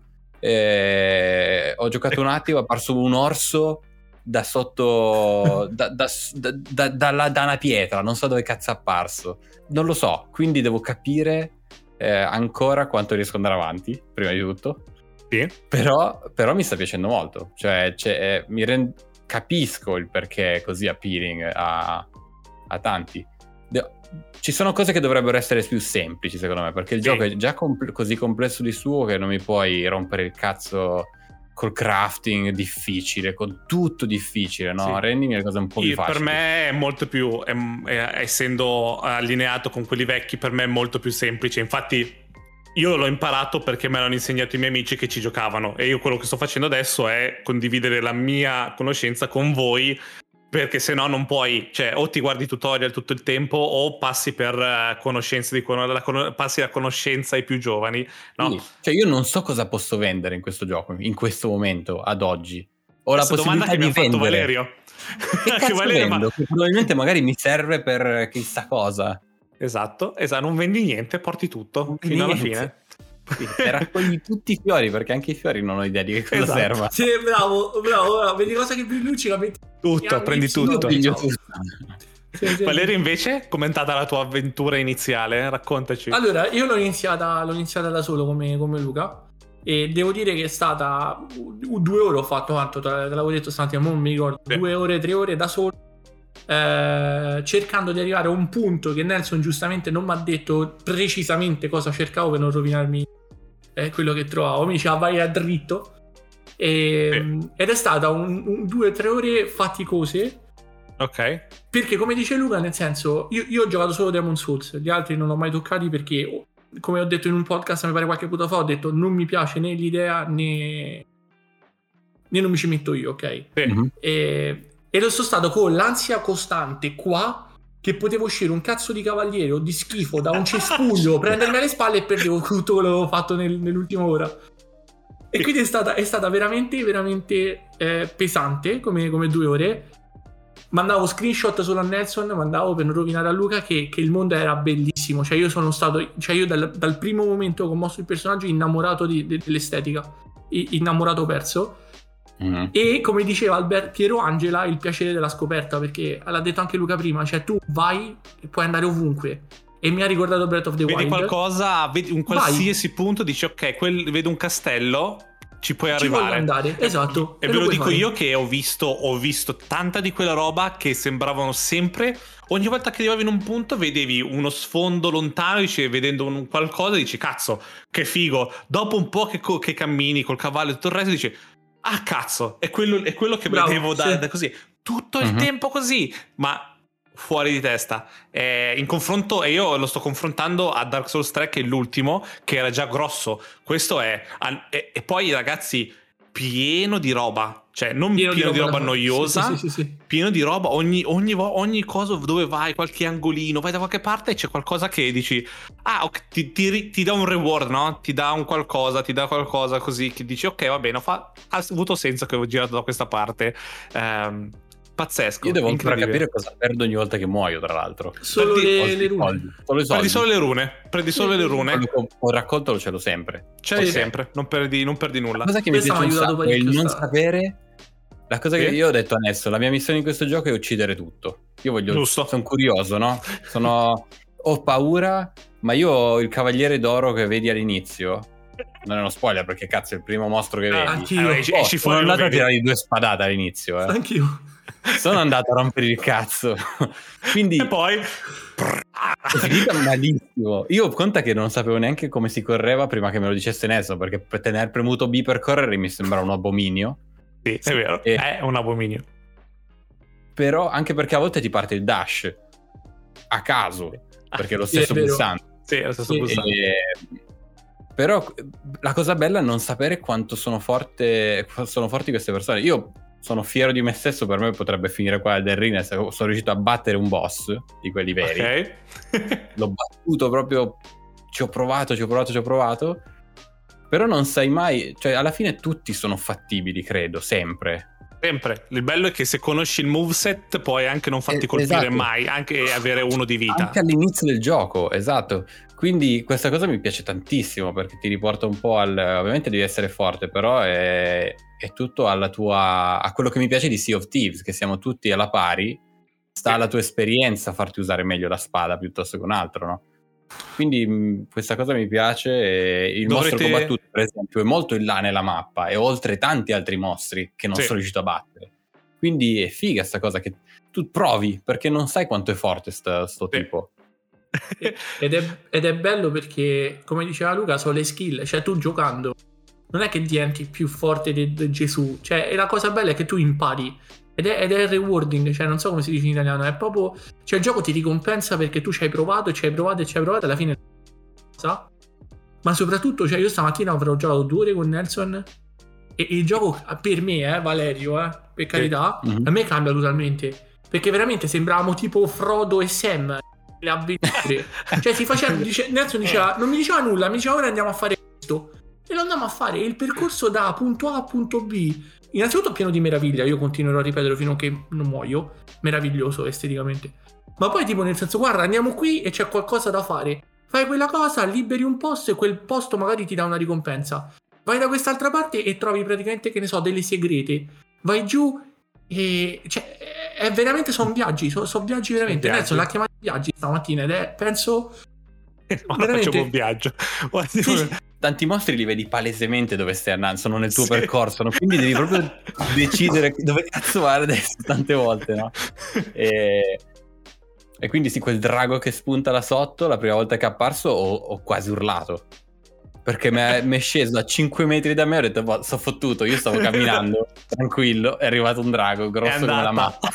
eh, ho giocato un attimo, è apparso un orso da sotto da, da, da, da, da, da, da una pietra, non so dove cazzo è apparso, non lo so, quindi devo capire eh, ancora quanto riesco ad andare avanti, prima di tutto. Sì. Però, però mi sta piacendo molto, cioè, cioè eh, mi rend... capisco il perché è così appealing a, a tanti. De- ci sono cose che dovrebbero essere più semplici secondo me, perché il sì. gioco è già compl- così complesso di suo che non mi puoi rompere il cazzo col crafting difficile, con tutto difficile, no? Sì. Rendimi le cose un po' più sì, facili. Per me è molto più, è, è, essendo allineato con quelli vecchi, per me è molto più semplice. Infatti io l'ho imparato perché me l'hanno insegnato i miei amici che ci giocavano, e io quello che sto facendo adesso è condividere la mia conoscenza con voi, perché se no non puoi, cioè o ti guardi tutorial tutto il tempo o passi per uh, conoscenza di la, passi la conoscenza ai più giovani, no? Sì. Cioè io non so cosa posso vendere in questo gioco, in questo momento, ad oggi. Ho Questa la possibilità domanda che di mi ha vendere. fatto Valerio. Che cazzo che Valerio vendo? Ma... Che probabilmente magari mi serve per chissà cosa. Esatto, esatto, non vendi niente, porti tutto fino alla fine. Sì, raccogli tutti i fiori, perché anche i fiori non ho idea di che cosa esatto. serva. Sì, bravo, bravo, bravo. Vedi cosa che più luci la metti. Tutto, prendi tutto. Io tutto. Sì, sì, Valerio invece, com'è andata la tua avventura iniziale? Raccontaci. Allora, io l'ho iniziata, l'ho iniziata da solo come, come Luca, e devo dire che è stata due ore ho fatto tanto, te l'avevo detto stamattina, non mi ricordo, sì. due ore, tre ore da solo, eh, cercando di arrivare a un punto che Nelson giustamente non mi ha detto precisamente cosa cercavo per non rovinarmi eh, quello che trovavo. Mi diceva vai a dritto, e, sì. ed è stata un, un due o tre ore faticose. Ok. Perché come dice Luca, nel senso, io, io ho giocato solo Demon's Souls, gli altri non ho mai toccati perché, come ho detto in un podcast mi pare qualche puntata fa, ho detto non mi piace né l'idea né né non mi ci metto io, ok? Sì. Mm-hmm. E, e lo sono stato con l'ansia costante qua che potevo uscire un cazzo di cavaliere o di schifo da un cespuglio, prendermi alle spalle e perdevo tutto quello che avevo fatto nel, nell'ultima ora. E quindi è stata, è stata veramente, veramente eh, pesante come, come due ore. Mandavo screenshot solo a Nelson, mandavo per non rovinare a Luca che, che il mondo era bellissimo. Cioè io sono stato, cioè io dal, dal primo momento che ho mosso il personaggio innamorato di, de, dell'estetica, innamorato perso. Mm-hmm. E come diceva Albert Piero Angela, il piacere della scoperta, perché l'ha detto anche Luca prima, cioè tu vai e puoi andare ovunque. E mi ha ricordato Breath of the Wild. Vedi qualcosa, vedi un qualsiasi vai. punto, dici ok, quel, vedo un castello, ci puoi ci arrivare. Andare. Esatto. E, e ve lo dico fare. Io che ho visto, ho visto tanta di quella roba che sembravano sempre, ogni volta che arrivavi in un punto vedevi uno sfondo lontano, dici, vedendo un qualcosa dici cazzo, che figo. Dopo un po' che, che cammini col cavallo e tutto il resto dici ah cazzo, è quello, è quello che Bravo, vedevo da, sì. da così. Tutto il uh-huh. tempo così, ma fuori di testa. Eh, in confronto, e io lo sto confrontando a Dark Souls tre, che è l'ultimo, che era già grosso. Questo è, e, e poi ragazzi, pieno di roba, cioè non pieno, pieno di roba, di roba noiosa, sì, sì, sì, sì. pieno di roba, ogni, ogni, ogni cosa dove vai, qualche angolino, vai da qualche parte e c'è qualcosa che dici ah okay, ti, ti, ti dà un reward, no? Ti dà un qualcosa, ti dà qualcosa così che dici ok va bene, fa, ha avuto senso che ho girato da questa parte. Um, pazzesco. Io devo ancora capire cosa perdo ogni volta che muoio, tra l'altro. Solo le, le rune. Solo prendi solo le rune. Prendi solo sì, le rune. Quello che ho raccolto lo ce l'ho sempre. Ce l'hai sempre, non perdi, non perdi nulla. La cosa che Questo mi piace un sacco è il non sapere. La cosa sì. che io ho detto adesso, la mia missione in questo gioco è uccidere tutto. Io voglio, Giusto. sono curioso, no? Sono, ho paura, ma io ho il cavaliere d'oro che vedi all'inizio. Non è uno spoiler perché cazzo è il primo mostro che vedi. Anch'io. Eh, oh, sono andato a tirare due spadate all'inizio. Eh. Anch'io. Sono andato a rompere il cazzo. Quindi e poi è finita malissimo. Io conta che non sapevo neanche come si correva prima che me lo dicesse Nelson, perché per tenere premuto B per correre mi sembra un abominio. Sì, è vero, e... è un abominio. Però anche perché a volte ti parte il dash a caso, perché è lo stesso sì, è pulsante. Sì, è lo stesso sì. pulsante. E... Però la cosa bella è non sapere quanto sono forte sono forti queste persone. Io sono fiero di me stesso, per me potrebbe finire qua del Ring, sono riuscito a battere un boss di quelli veri. Okay. L'ho battuto proprio, ci ho provato, ci ho provato, ci ho provato. Però non sai mai, cioè alla fine tutti sono fattibili, credo, sempre. Sempre. Il bello è che se conosci il moveset puoi anche non farti eh, colpire esatto. mai, anche avere uno di vita. Anche all'inizio del gioco, esatto. Quindi questa cosa mi piace tantissimo perché ti riporta un po' al... Ovviamente devi essere forte, però è, è tutto alla tua... a quello che mi piace di Sea of Thieves, che siamo tutti alla pari, sta alla tua esperienza a farti usare meglio la spada piuttosto che un altro, no? Quindi mh, questa cosa mi piace. E il Dovrete... mostro combattuto, per esempio, è molto in là nella mappa e oltre tanti altri mostri che non sì. sono riuscito a battere. Quindi è figa sta cosa che tu provi, perché non sai quanto è forte sto, sto sì. tipo. ed, è, ed è bello perché, come diceva Luca, sono le skill. Cioè tu giocando non è che diventi più forte di, di Gesù. Cioè, e la cosa bella è che tu impari. Ed è, ed è rewarding, cioè non so come si dice in italiano, è proprio, cioè il gioco ti ricompensa perché tu ci hai provato, ci hai provato e ci hai provato, alla fine sa? Ma soprattutto, cioè io stamattina avrò giocato due ore con Nelson e, e il gioco per me, eh, Valerio, eh, per carità, mm-hmm. a me cambia totalmente, perché veramente sembravamo tipo Frodo e Sam, le avventure, cioè si faceva, dice, Nelson diceva, non mi diceva nulla, mi diceva ora andiamo a fare questo, e lo andiamo a fare, il percorso da punto A a punto B, innanzitutto pieno di meraviglia, io continuerò a ripeterlo fino a che non muoio, meraviglioso esteticamente, ma poi tipo nel senso guarda andiamo qui e c'è qualcosa da fare, fai quella cosa, liberi un posto e quel posto magari ti dà una ricompensa, vai da quest'altra parte e trovi praticamente, che ne so, delle segrete, vai giù e cioè è veramente, sono viaggi, sono, sono viaggi veramente, adesso l'ha chiamato viaggi stamattina ed è, penso no, veramente... facciamo un viaggio. Sì. Tanti mostri li vedi palesemente dove stai andando, sono nel tuo sì. percorso, no? Quindi devi proprio decidere dove cazzo vai adesso tante volte, no? E, e quindi sì, quel drago che spunta là sotto, la prima volta che è apparso ho, ho quasi urlato, perché mi è sceso a cinque metri da me, ho detto boh, sono fottuto, io stavo camminando tranquillo, è arrivato un drago grosso come la mappa.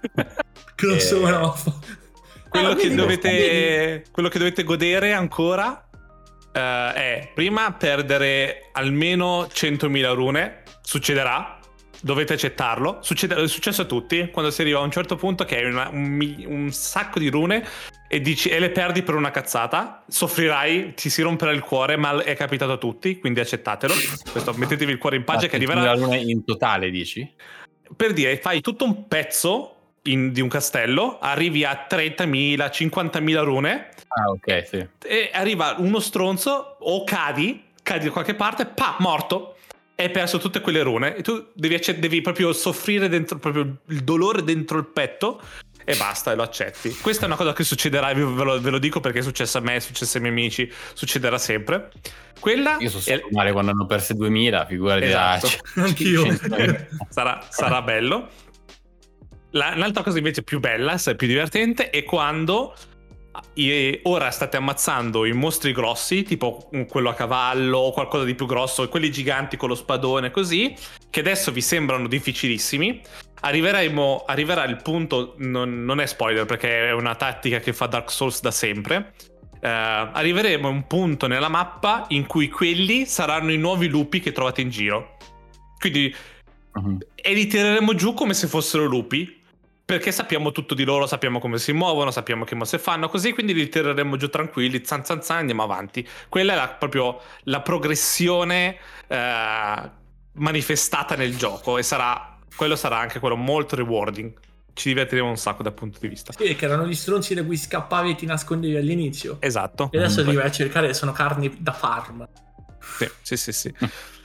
Grosso come la mappa. Quello, ah, che dovete, quello che dovete godere ancora uh, è prima perdere almeno centomila rune, succederà, dovete accettarlo, Succede, è successo a tutti quando si arriva a un certo punto che hai una, un, un sacco di rune e dici e le perdi per una cazzata, soffrirai, ti si romperà il cuore, ma è capitato a tutti, quindi accettatelo. Questo, mettetevi il cuore in pace, ma che arriverà in totale, dici? Per dire, fai tutto un pezzo in, di un castello, arrivi a trentamila, cinquantamila rune. Ah, ok, sì. E arriva uno stronzo o cadi, cadi da qualche parte, pa, morto. Hai perso tutte quelle rune e tu devi, devi proprio soffrire dentro, proprio il dolore dentro il petto, e basta, e lo accetti. Questa è una cosa che succederà, ve lo, ve lo dico perché è successo a me, è successo ai miei amici, succederà sempre. Quella io sono stato è... male quando hanno perso duemila, figurati. Esatto. Ah, anch'io. sarà, sarà bello. La, l'altra cosa invece più bella, più divertente, è quando e ora state ammazzando i mostri grossi, tipo quello a cavallo o qualcosa di più grosso, quelli giganti con lo spadone così, che adesso vi sembrano difficilissimi. Arriveremo, arriverà il punto, non, non è spoiler perché è una tattica che fa Dark Souls da sempre. Uh, arriveremo a un punto nella mappa in cui quelli saranno i nuovi lupi che trovate in giro. Quindi uh-huh. e li tireremo giù come se fossero lupi, perché sappiamo tutto di loro, sappiamo come si muovono, sappiamo che mosse fanno, così, quindi li tireremo giù tranquilli, zan zan zan, andiamo avanti. Quella è la, proprio la progressione uh, manifestata nel gioco, e sarà quello sarà anche quello molto rewarding. Ci divertiremo un sacco dal punto di vista. Sì, che erano gli stronzi da cui scappavi e ti nascondevi all'inizio. Esatto. E adesso mm. li vai a cercare, sono carni da farm. Sì, sì, sì, sì.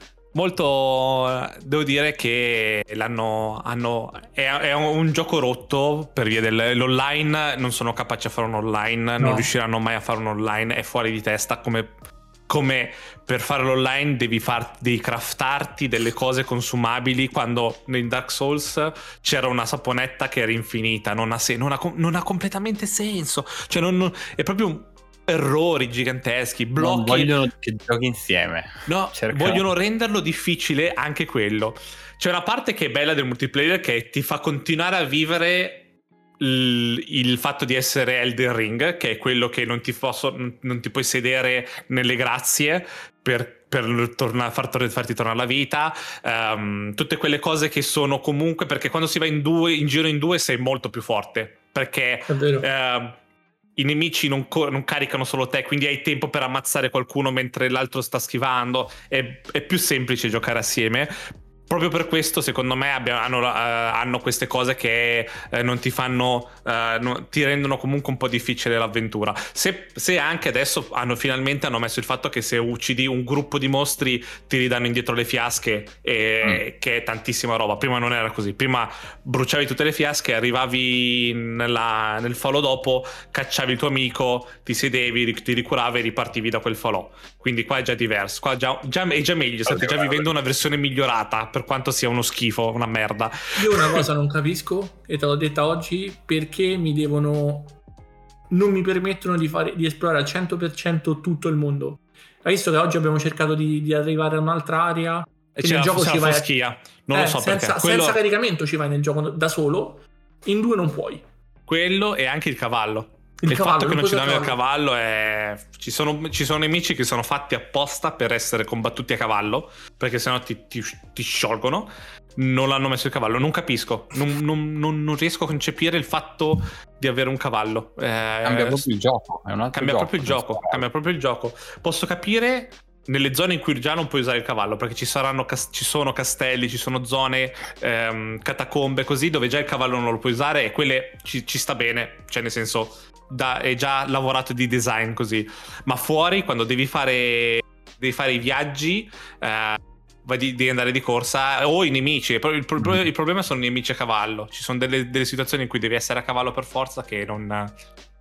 Molto, devo dire che l'hanno hanno, è, è un gioco rotto per via dell'online. Non sono capaci a fare un online, no. Non riusciranno mai a fare un online, è fuori di testa. Come, come per fare l'online devi, far, devi craftarti delle cose consumabili, quando in Dark Souls c'era una saponetta che era infinita. Non ha, se, non ha, non ha completamente senso, cioè non, non, è proprio un errori giganteschi, blocchi. Non vogliono che giochi insieme. No, Cercano. vogliono renderlo difficile anche quello. C'è una parte che è bella del multiplayer, che ti fa continuare a vivere il, il fatto di essere Elden Ring, che è quello che non ti, posso, non ti puoi sedere nelle grazie per, per torna, far, farti tornare alla vita. Um, tutte quelle cose che sono comunque, perché quando si va in due, in giro in due sei molto più forte, perché è vero. Uh, i nemici non, co- non caricano solo te, quindi hai tempo per ammazzare qualcuno mentre l'altro sta schivando. È, è più semplice giocare assieme. Proprio per questo, secondo me, abbiamo, hanno, uh, hanno queste cose che uh, non ti fanno, uh, no, ti rendono comunque un po' difficile l'avventura. Se, se anche adesso hanno finalmente hanno messo il fatto che se uccidi un gruppo di mostri ti ridanno indietro le fiasche, e, mm. che è tantissima roba. Prima non era così. Prima bruciavi tutte le fiasche, arrivavi nella, nel falò dopo, cacciavi il tuo amico, ti sedevi, ti ricuravi e ripartivi da quel falò. Quindi qua è già diverso. Qua già, già, è già meglio. State già vivendo una versione migliorata, per quanto sia uno schifo, una merda. Io una cosa non capisco, e te l'ho detta oggi, perché mi devono non mi permettono di fare di esplorare al cento per cento tutto il mondo. Hai visto che oggi abbiamo cercato di, di arrivare a un'altra area e nel gioco ci vai a... non eh, lo so senza, perché quello... senza caricamento ci vai nel gioco da solo, in due non puoi. Quello e anche il cavallo. Il, il cavallo, fatto che non ci danno il cavallo. cavallo è... Ci sono, ci sono nemici che sono fatti apposta per essere combattuti a cavallo, perché sennò ti, ti, ti sciolgono. Non l'hanno messo il cavallo, non capisco, non, non, non, non riesco a concepire il fatto di avere un cavallo. Eh, cambia proprio il gioco, è un altro cambia gioco, proprio il gioco, cambia proprio il gioco. Posso capire nelle zone in cui già non puoi usare il cavallo, perché ci saranno ci sono castelli, ci sono zone ehm, catacombe così, dove già il cavallo non lo puoi usare, e quelle ci, ci sta bene, cioè nel senso da, è già lavorato di design così. Ma fuori, quando devi fare devi fare i viaggi, eh, devi andare di corsa, o i nemici, il, il, il problema sono i nemici a cavallo. Ci sono delle, delle situazioni in cui devi essere a cavallo per forza, che non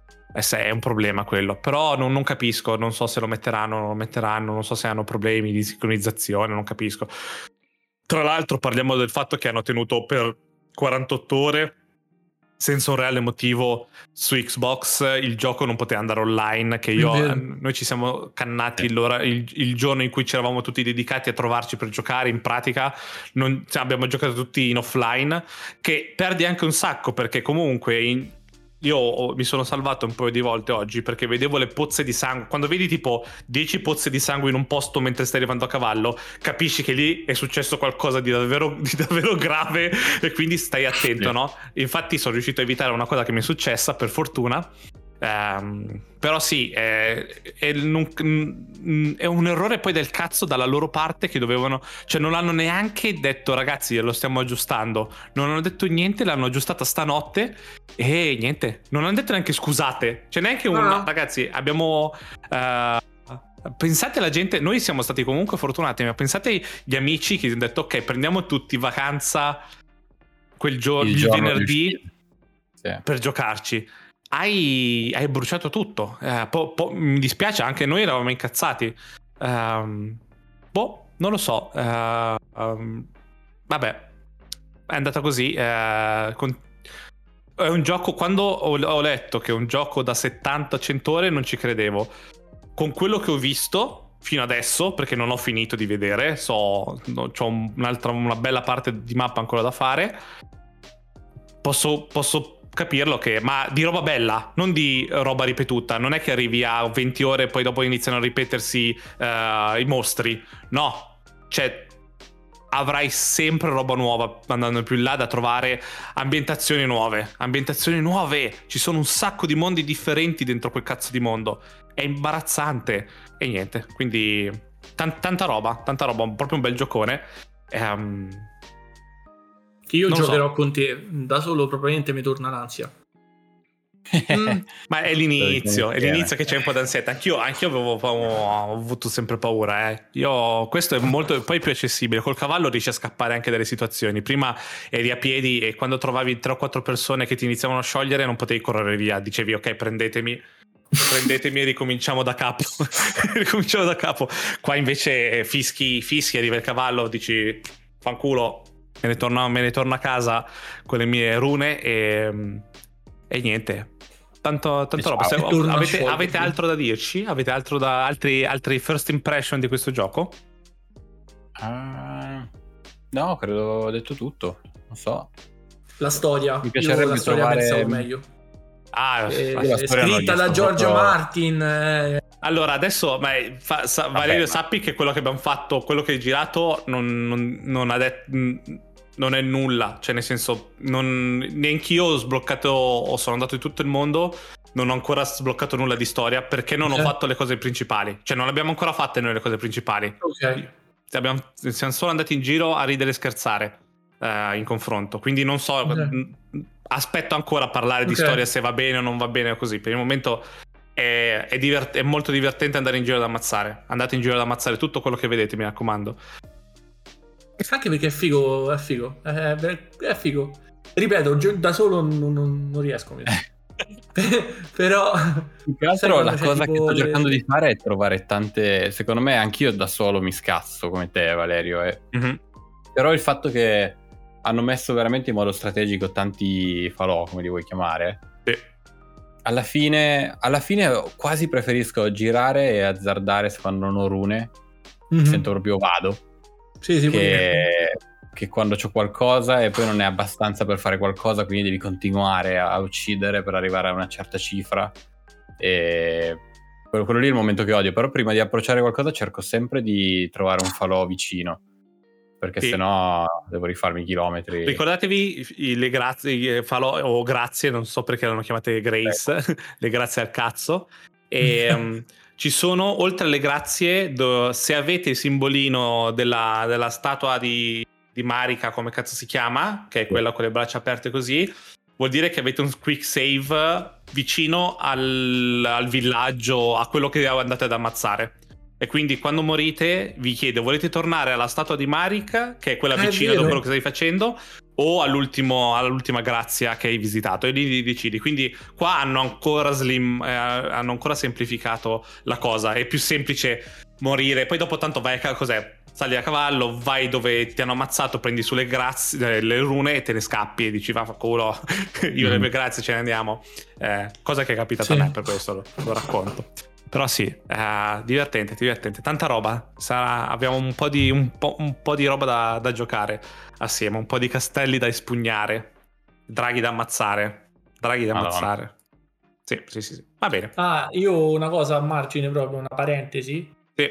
è un problema quello. Però non, non capisco, non so se lo metteranno non lo metteranno, non so se hanno problemi di sincronizzazione, non capisco. Tra l'altro parliamo del fatto che hanno tenuto per quarantotto ore senza un reale motivo su Xbox il gioco non poteva andare online, che io noi ci siamo cannati l'ora, il, il giorno in cui ci eravamo tutti dedicati a trovarci per giocare. In pratica non, cioè, abbiamo giocato tutti in offline, che perdi anche un sacco, perché comunque in, io mi sono salvato un paio di volte oggi perché vedevo le pozze di sangue. Quando vedi tipo dieci pozze di sangue in un posto mentre stai arrivando a cavallo, capisci che lì è successo qualcosa di davvero, di davvero grave, e quindi stai attento, no? Infatti sono riuscito a evitare una cosa che mi è successa, per fortuna. Um, però sì, è, è, non, è un errore poi del cazzo dalla loro parte, che dovevano, cioè non hanno neanche detto ragazzi lo stiamo aggiustando, non hanno detto niente, l'hanno aggiustata stanotte e niente, non hanno detto neanche scusate, cioè neanche un no. Ragazzi abbiamo uh, pensate alla gente, noi siamo stati comunque fortunati, ma pensate agli amici che hanno detto ok, prendiamo tutti vacanza quel giorno, il, il venerdì sì. per giocarci. Hai, hai bruciato tutto. Eh, po, po, mi dispiace, anche noi eravamo incazzati. Um, boh, non lo so. Uh, um, vabbè, è andata così. Uh, con... È un gioco. Quando ho, ho letto che è un gioco da settanta cento ore, non ci credevo. Con quello che ho visto fino adesso, perché non ho finito di vedere, so, no, c'ho un'altra, una bella parte di mappa ancora da fare. Posso. posso capirlo che, ma di roba bella, non di roba ripetuta, non è che arrivi a venti ore e poi dopo iniziano a ripetersi uh, i mostri, no, cioè avrai sempre roba nuova andando più in là, da trovare ambientazioni nuove, ambientazioni nuove, ci sono un sacco di mondi differenti dentro quel cazzo di mondo, è imbarazzante e niente, quindi t- tanta roba, tanta roba, proprio un bel giocone. um, Io non giocherò so. con te, da solo probabilmente mi torna l'ansia. mm. Ma è l'inizio, è l'inizio che c'è un po' d'ansietta. Anch'io, anch'io avevo, ho avuto sempre paura. Eh. Io, questo è molto poi più accessibile. Col cavallo riesci a scappare anche dalle situazioni. Prima eri a piedi e quando trovavi tre o quattro persone che ti iniziavano a sciogliere non potevi correre via. Dicevi ok, prendetemi, prendetemi e ricominciamo da capo. ricominciamo da capo. Qua invece fischi, fischi, arriva il cavallo, dici fanculo. Me ne, torno, me ne torno a casa con le mie rune e, e niente. Tanto, tanto roba. Se, avete, avete altro da dirci? Avete altro da altri, altri first impression di questo gioco? Uh, no, credo ho detto tutto. Non so. La storia. Mi piacerebbe la storia trovare pensavo meglio. Ah, eh, la è scritta da George proprio... Martin. Eh. Allora adesso, ma, fa, sa, Vabbè, Valerio, ma... sappi che quello che abbiamo fatto, quello che hai girato, non, non, non ha detto. Non è nulla, cioè nel senso non, neanch'io ho sbloccato o sono andato in tutto il mondo, non ho ancora sbloccato nulla di storia perché non okay. ho fatto le cose principali, cioè non le abbiamo ancora fatte noi le cose principali. Ok. Abbiamo, siamo solo andati in giro a ridere e scherzare uh, in confronto, quindi non so, okay. aspetto ancora a parlare okay. di storia, se va bene o non va bene o così. Per il momento è, è, divert- è molto divertente andare in giro ad ammazzare, andate in giro ad ammazzare tutto quello che vedete, mi raccomando. Anche perché è figo, è figo, è, è figo. Ripeto, da solo non, non, non riesco. Però più che altro la cosa che sto le... cercando di fare è trovare tante. Secondo me anch'io da solo mi scazzo come te, Valerio. Eh. Mm-hmm. Però il fatto che hanno messo veramente in modo strategico tanti falò, come li vuoi chiamare. Sì. Alla fine, alla fine quasi preferisco girare e azzardare se quando non ho rune. Mm-hmm. Sento proprio vado. Sì, sì, che, che quando c'ho qualcosa e poi non è abbastanza per fare qualcosa, quindi devi continuare a uccidere per arrivare a una certa cifra, e quello, quello lì è il momento che odio. Però prima di approcciare qualcosa cerco sempre di trovare un falò vicino, perché sì. sennò devo rifarmi chilometri. Ricordatevi le grazie falò o grazie, non so perché l'hanno chiamate Grace, ecco. Le grazie al cazzo. E um, ci sono, oltre alle grazie, do, se avete il simbolino della, della statua di, di Marika, come cazzo si chiama, che è quella con le braccia aperte così, vuol dire che avete un quick save vicino al, al villaggio, a quello che andate ad ammazzare. E quindi quando morite vi chiede: volete tornare alla statua di Marika, che è quella è vicina dopo quello che stai facendo, o all'ultimo, all'ultima grazia che hai visitato, e lì decidi. Quindi qua hanno ancora slim, eh, hanno ancora semplificato la cosa. È più semplice morire, poi dopo tanto vai a cos'è? Sali a cavallo, vai dove ti hanno ammazzato, prendi sulle grazie, le rune e te ne scappi e dici va fa culo, io mm. le mie grazie ce ne andiamo. Eh, cosa che è capitata sì. a me, per questo lo, lo racconto. Però sì, uh, divertente, divertente, tanta roba. Sarà, abbiamo un po' di, un po', un po' di roba da, da giocare assieme, un po' di castelli da espugnare, draghi da ammazzare, draghi da Madonna. ammazzare. Sì, sì, sì, sì, va bene. Ah, io una cosa a margine, proprio una parentesi. Sì.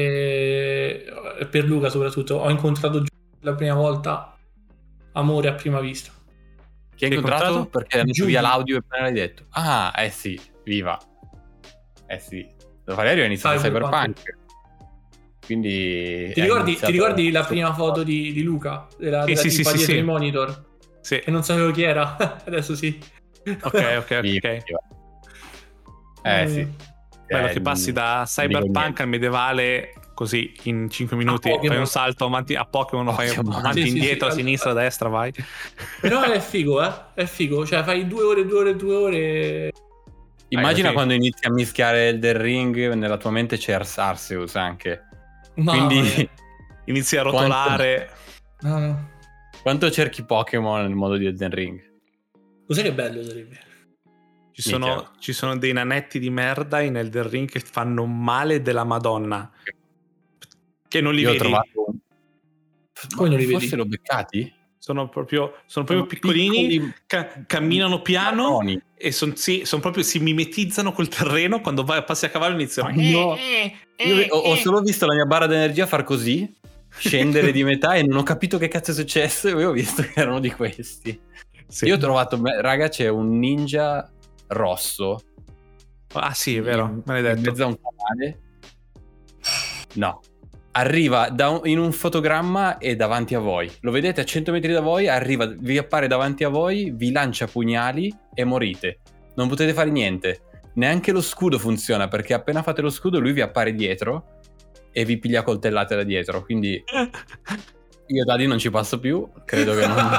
E, per Luca soprattutto, ho incontrato la prima volta amore a prima vista. Chi hai incontrato? Perché hanno messo via l'audio e appena l'hai detto. Ah, eh sì. viva. Eh sì, Valerio ha iniziato Cyberpunk. Cyberpunk. Quindi ti ricordi, ti ricordi la prima foto di, di Luca? Della, della sì, tipa sì, dietro sì, il monitor? Sì. Che non sapevo chi era. Adesso sì. Ok, ok, ok. Eh sì. Bello eh, che passi da Cyberpunk al medievale così in cinque minuti, fai un salto avanti a Pokémon, fai avanti, sì, indietro, sì, sì, a sinistra, a destra, vai. Però è figo, eh? È figo, cioè fai due ore, due ore, due ore. Immagina ah, quando inizi a mischiare Elden Ring, nella tua mente c'è Arceus anche. No, quindi eh. inizi a rotolare. Quanto... No. Quanto cerchi Pokémon nel modo di Elden Ring? Lo sai che bello sarebbe? Ci sono, ci sono dei nanetti di merda in Elden Ring che fanno male della Madonna. Che non li Io vedi. Ho trovato... Come non li vedi? Forse l'ho beccati? Sono proprio, sono proprio sono piccolini, piccoli, ca- camminano piano marroni. E son, sì, sono proprio, si mimetizzano col terreno. Quando vai, passi a cavallo iniziano. No. Io ho, ho solo visto la mia barra d'energia far così, scendere di metà, e non ho capito che cazzo è successo. E ho visto che erano di questi. Sì. Io ho trovato, raga, c'è un ninja rosso. Ah sì, è vero, in, me l'hai detto. In mezzo a un canale. No. Arriva da un, in un fotogramma e davanti a voi. Lo vedete a cento metri da voi, arriva, vi appare davanti a voi, vi lancia pugnali e morite. Non potete fare niente. Neanche lo scudo funziona, perché appena fate lo scudo lui vi appare dietro e vi piglia coltellate da dietro. Quindi io da lì non ci passo più. Credo che non...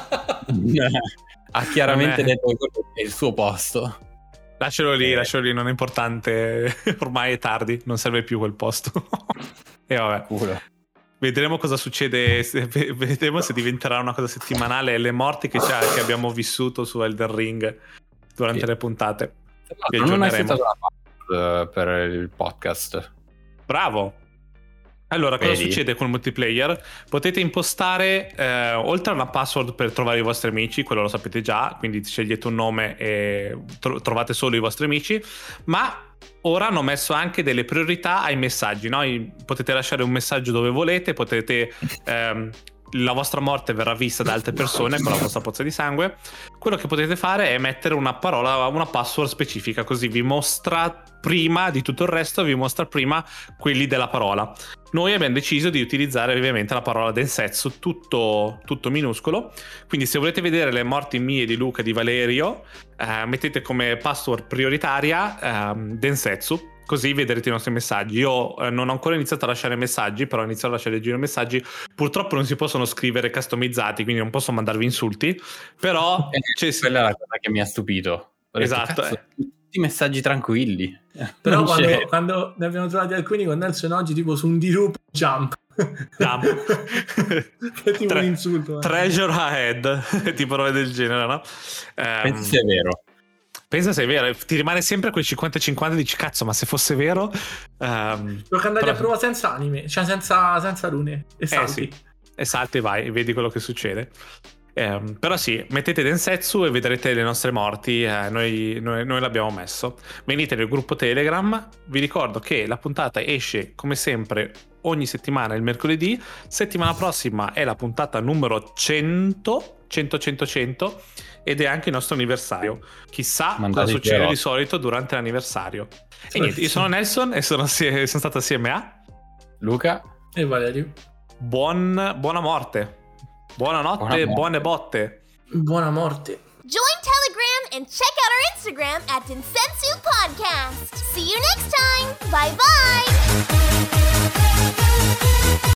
ha chiaramente non è... detto che è il suo posto. Lascialo lì, eh. lascialo lì, non è importante. Ormai è tardi, non serve più quel posto. E vabbè, Culo. Vedremo cosa succede, se, vedremo se diventerà una cosa settimanale le morti che, c'è, che abbiamo vissuto su Elden Ring durante sì. le puntate. Vi non è stata una uh, per il podcast. Bravo. Allora, cosa Vedi? succede con il multiplayer? Potete impostare, eh, oltre a una password per trovare i vostri amici, quello lo sapete già, quindi scegliete un nome e tro- trovate solo i vostri amici, ma ora hanno messo anche delle priorità ai messaggi, no? Potete lasciare un messaggio dove volete, potete... Ehm, la vostra morte verrà vista da altre persone con la vostra pozza di sangue. Quello che potete fare è mettere una parola, una password specifica, così vi mostra prima di tutto il resto, vi mostra prima quelli della parola. Noi abbiamo deciso di utilizzare ovviamente la parola Densetsu, tutto, tutto minuscolo, quindi se volete vedere le morti mie, di Luca, di Valerio, eh, mettete come password prioritaria eh, Densetsu. Così vedrete i nostri messaggi. Io eh, non ho ancora iniziato a lasciare messaggi, però ho iniziato a lasciare il giro messaggi. Purtroppo non si possono scrivere customizzati, quindi non posso mandarvi insulti. Però eh, c'è... quella è la cosa che mi ha stupito. Ho esatto. Detto, tutti messaggi tranquilli. Però quando, quando ne abbiamo trovati alcuni con Nelson oggi, tipo su un dirup jump. Jump. Che tipo Tre- un insulto. Treasure ahead, tipo roba del genere, no? Um, Penso sia vero. Pensa se è vero, ti rimane sempre quel cinquanta cinquanta, dici cazzo, ma se fosse vero um, devo andare però... a prova senza anime, cioè senza, senza rune e salti. Eh sì. E salti e vai e vedi quello che succede. Um, però sì, mettete Densetsu e vedrete le nostre morti. eh, noi, noi, noi l'abbiamo messo. Venite nel gruppo Telegram. Vi ricordo che la puntata esce come sempre ogni settimana il mercoledì. Settimana prossima è la puntata numero cento cento cento cento ed è anche il nostro anniversario. Chissà Mandate cosa succede però. di solito durante l'anniversario. E niente, io sono Nelson e sono, sono stato assieme a Luca e Valerio. Buon, buona morte. Buonanotte, Buona morte. buone botte. Buona morte. Join Telegram and check out our Instagram at Densetsu Podcast. See you next time. Bye bye.